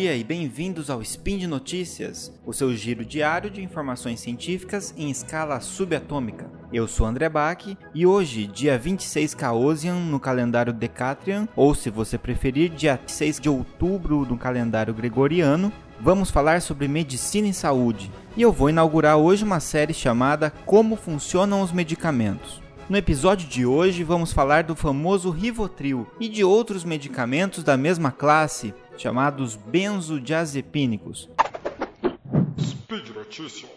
dia e bem-vindos ao Spin de Notícias, o seu giro diário de informações científicas em escala subatômica. Eu sou André Bach e hoje, dia 26 Caosian no calendário Decatrian, ou se você preferir, dia 6 de outubro no calendário Gregoriano, vamos falar sobre medicina e saúde. E eu vou inaugurar hoje uma série chamada Como Funcionam os Medicamentos. No episódio de hoje vamos falar do famoso Rivotril e de outros medicamentos da mesma classe, chamados benzodiazepínicos. Speed Notícias.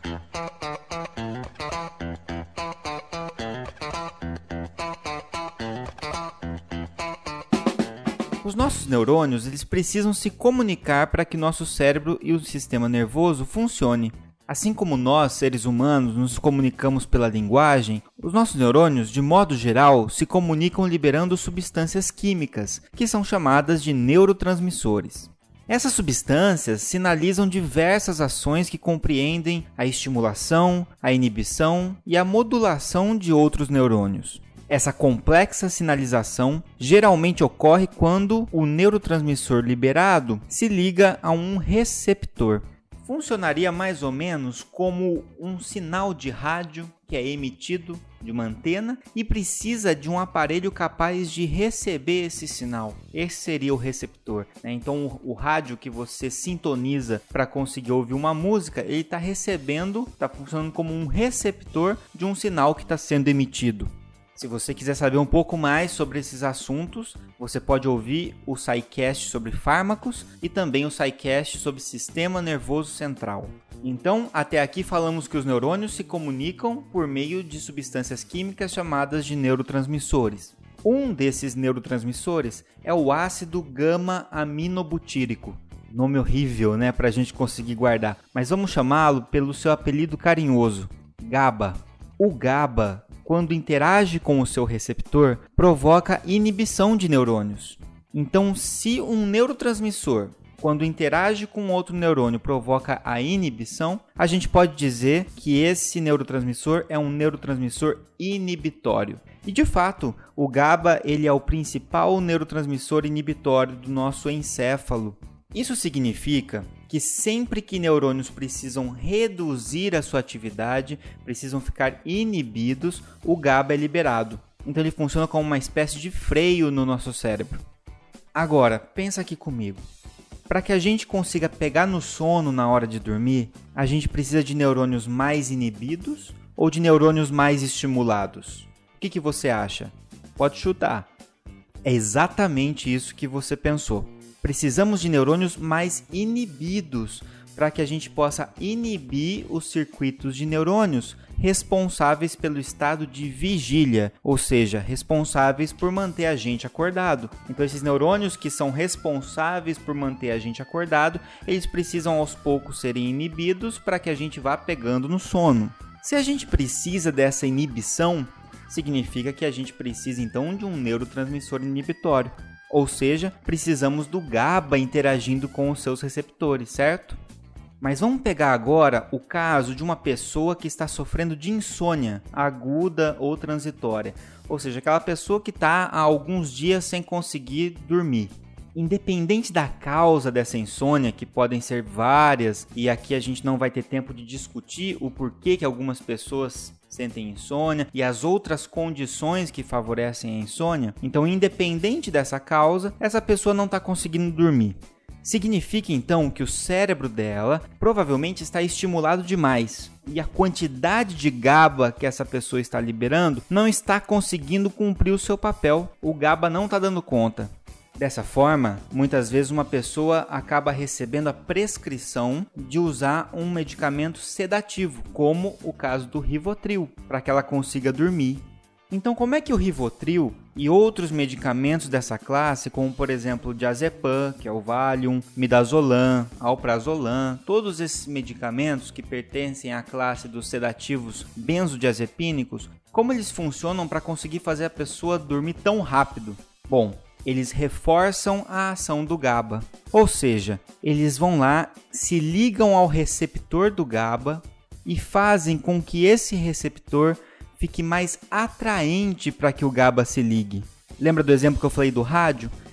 Os nossos neurônios eles precisam se comunicar para que nosso cérebro e o sistema nervoso funcionem. Assim como nós, seres humanos, nos comunicamos pela linguagem, os nossos neurônios, de modo geral, se comunicam liberando substâncias químicas, que são chamadas de neurotransmissores. Essas substâncias sinalizam diversas ações que compreendem a estimulação, a inibição e a modulação de outros neurônios. Essa complexa sinalização geralmente ocorre quando o neurotransmissor liberado se liga a um receptor. Funcionaria mais ou menos como um sinal de rádio que é emitido de uma antena e precisa de um aparelho capaz de receber esse sinal. Esse seria o receptor, né? Então o rádio que você sintoniza para conseguir ouvir uma música, ele está recebendo, está funcionando como um receptor de um sinal que está sendo emitido. Se você quiser saber um pouco mais sobre esses assuntos, você pode ouvir o SciCast sobre fármacos e também o SciCast sobre sistema nervoso central. Então, até aqui falamos que os neurônios se comunicam por meio de substâncias químicas chamadas de neurotransmissores. Um desses neurotransmissores é o ácido gama-aminobutírico. Nome horrível, né, para a gente conseguir guardar. Mas vamos chamá-lo pelo seu apelido carinhoso, GABA. O GABA, quando interage com o seu receptor, provoca inibição de neurônios. Então, se um neurotransmissor, quando interage com outro neurônio, provoca a inibição, a gente pode dizer que esse neurotransmissor é um neurotransmissor inibitório. E, de fato, o GABA ele é o principal neurotransmissor inibitório do nosso encéfalo. Isso significa que sempre que neurônios precisam reduzir a sua atividade, precisam ficar inibidos, o GABA é liberado. Então ele funciona como uma espécie de freio no nosso cérebro. Agora, pensa aqui comigo. Para que a gente consiga pegar no sono na hora de dormir, a gente precisa de neurônios mais inibidos ou de neurônios mais estimulados? O que você acha? Pode chutar. É exatamente isso que você pensou. Precisamos de neurônios mais inibidos para que a gente possa inibir os circuitos de neurônios responsáveis pelo estado de vigília, ou seja, responsáveis por manter a gente acordado. Então esses neurônios que são responsáveis por manter a gente acordado, eles precisam aos poucos serem inibidos para que a gente vá pegando no sono. Se a gente precisa dessa inibição, significa que a gente precisa então de um neurotransmissor inibitório. Ou seja, precisamos do GABA interagindo com os seus receptores, certo? Mas vamos pegar agora o caso de uma pessoa que está sofrendo de insônia aguda ou transitória. Ou seja, aquela pessoa que está há alguns dias sem conseguir dormir. Independente da causa dessa insônia, que podem ser várias, e aqui a gente não vai ter tempo de discutir o porquê que algumas pessoas sentem insônia e as outras condições que favorecem a insônia. Então, independente dessa causa, essa pessoa não está conseguindo dormir. Significa então que o cérebro dela provavelmente está estimulado demais e a quantidade de GABA que essa pessoa está liberando não está conseguindo cumprir o seu papel. O GABA não está dando conta. Dessa forma, muitas vezes uma pessoa acaba recebendo a prescrição de usar um medicamento sedativo, como o caso do Rivotril, para que ela consiga dormir. Então, como é que o Rivotril e outros medicamentos dessa classe, como por exemplo o diazepam, que é o Valium, midazolam, alprazolam, todos esses medicamentos que pertencem à classe dos sedativos benzodiazepínicos, como eles funcionam para conseguir fazer a pessoa dormir tão rápido? Bom, eles reforçam a ação do GABA. Ou seja, eles vão lá, se ligam ao receptor do GABA e fazem com que esse receptor fique mais atraente para que o GABA se ligue. Lembra do exemplo que eu falei do rádio?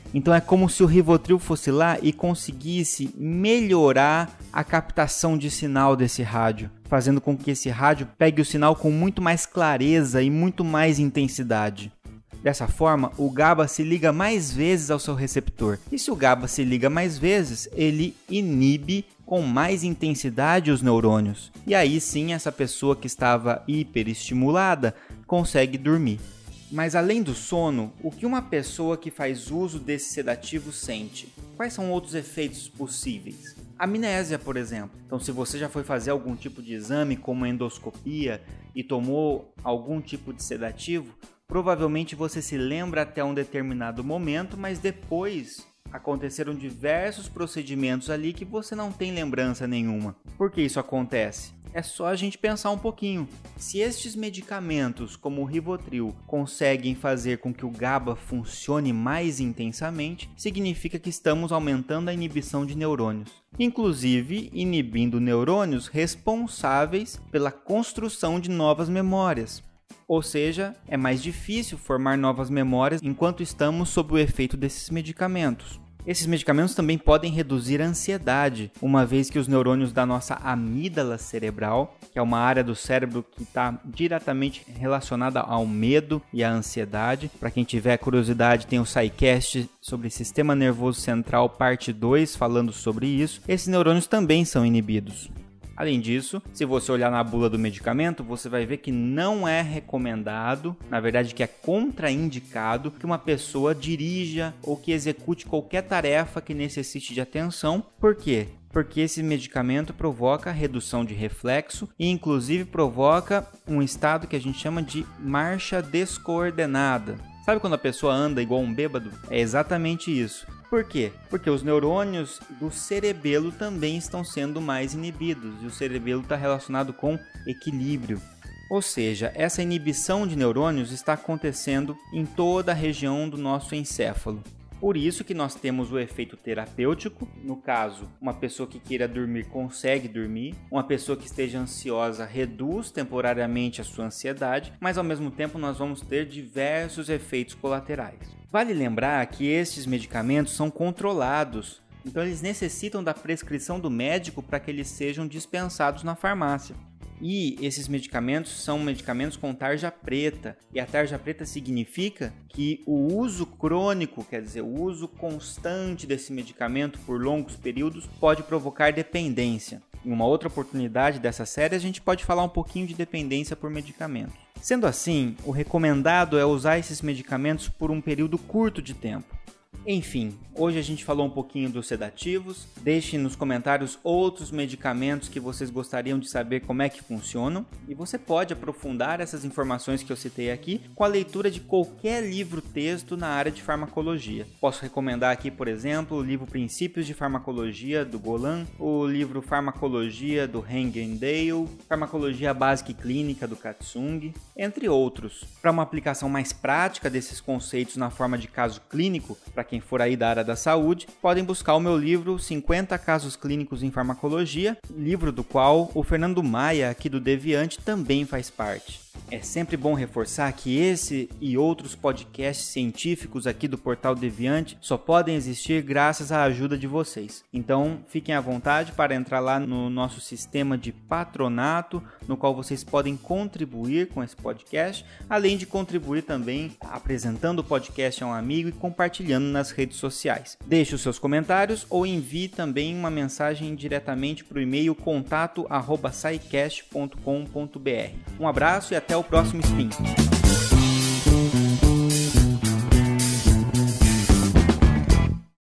Então é como se o Rivotril fosse lá e conseguisse melhorar a captação de sinal desse rádio, fazendo com que esse rádio pegue o sinal com muito mais clareza e muito mais intensidade. Dessa forma, o GABA se liga mais vezes ao seu receptor. E se o GABA se liga mais vezes, ele inibe com mais intensidade os neurônios. E aí sim, essa pessoa que estava hiperestimulada consegue dormir. Mas além do sono, o que uma pessoa que faz uso desse sedativo sente? Quais são outros efeitos possíveis? Amnésia, por exemplo. Então, se você já foi fazer algum tipo de exame, como endoscopia, e tomou algum tipo de sedativo, provavelmente você se lembra até um determinado momento, mas depois aconteceram diversos procedimentos ali que você não tem lembrança nenhuma. Por que isso acontece? É só a gente pensar um pouquinho. Se estes medicamentos, como o Rivotril, conseguem fazer com que o GABA funcione mais intensamente, significa que estamos aumentando a inibição de neurônios. Inclusive, inibindo neurônios responsáveis pela construção de novas memórias. Ou seja, é mais difícil formar novas memórias enquanto estamos sob o efeito desses medicamentos. Esses medicamentos também podem reduzir a ansiedade, uma vez que os neurônios da nossa amígdala cerebral, que é uma área do cérebro que está diretamente relacionada ao medo e à ansiedade. Para quem tiver curiosidade, tem o SciCast sobre Sistema Nervoso Central, parte 2, falando sobre isso. Esses neurônios também são inibidos. Além disso, se você olhar na bula do medicamento, você vai ver que não é recomendado, na verdade que é contraindicado, que uma pessoa dirija ou que execute qualquer tarefa que necessite de atenção. Por quê? Porque esse medicamento provoca redução de reflexo e inclusive provoca um estado que a gente chama de marcha descoordenada. Sabe quando a pessoa anda igual um bêbado? É exatamente isso. Por quê? Porque os neurônios do cerebelo também estão sendo mais inibidos e o cerebelo está relacionado com equilíbrio. Ou seja, essa inibição de neurônios está acontecendo em toda a região do nosso encéfalo. Por isso que nós temos o efeito terapêutico, no caso, uma pessoa que queira dormir consegue dormir, uma pessoa que esteja ansiosa reduz temporariamente a sua ansiedade, mas ao mesmo tempo nós vamos ter diversos efeitos colaterais. Vale lembrar que estes medicamentos são controlados, então eles necessitam da prescrição do médico para que eles sejam dispensados na farmácia. E esses medicamentos são medicamentos com tarja preta. E a tarja preta significa que o uso crônico, quer dizer, o uso constante desse medicamento por longos períodos pode provocar dependência. Em uma outra oportunidade dessa série, a gente pode falar um pouquinho de dependência por medicamentos. Sendo assim, o recomendado é usar esses medicamentos por um período curto de tempo. Enfim, hoje a gente falou um pouquinho dos sedativos. Deixem nos comentários outros medicamentos que vocês gostariam de saber como é que funcionam. E você pode aprofundar essas informações que eu citei aqui com a leitura de qualquer livro-texto na área de farmacologia. Posso recomendar aqui, por exemplo, o livro Princípios de Farmacologia, do Golan, o livro Farmacologia, do Hengendale, Farmacologia Básica e Clínica, do Katsung, entre outros. Para uma aplicação mais prática desses conceitos na forma de caso clínico, para quem for aí da área da saúde, podem buscar o meu livro 50 Casos Clínicos em Farmacologia, livro do qual o Fernando Maia, aqui do Deviante, também faz parte. É sempre bom reforçar que esse e outros podcasts científicos aqui do Portal Deviante só podem existir graças à ajuda de vocês. Então, fiquem à vontade para entrar lá no nosso sistema de patronato, no qual vocês podem contribuir com esse podcast, além de contribuir também apresentando o podcast a um amigo e compartilhando nas redes sociais. Deixe os seus comentários ou envie também uma mensagem diretamente para o e-mail contato@scicast.com.br. Um abraço e até o próximo Spin.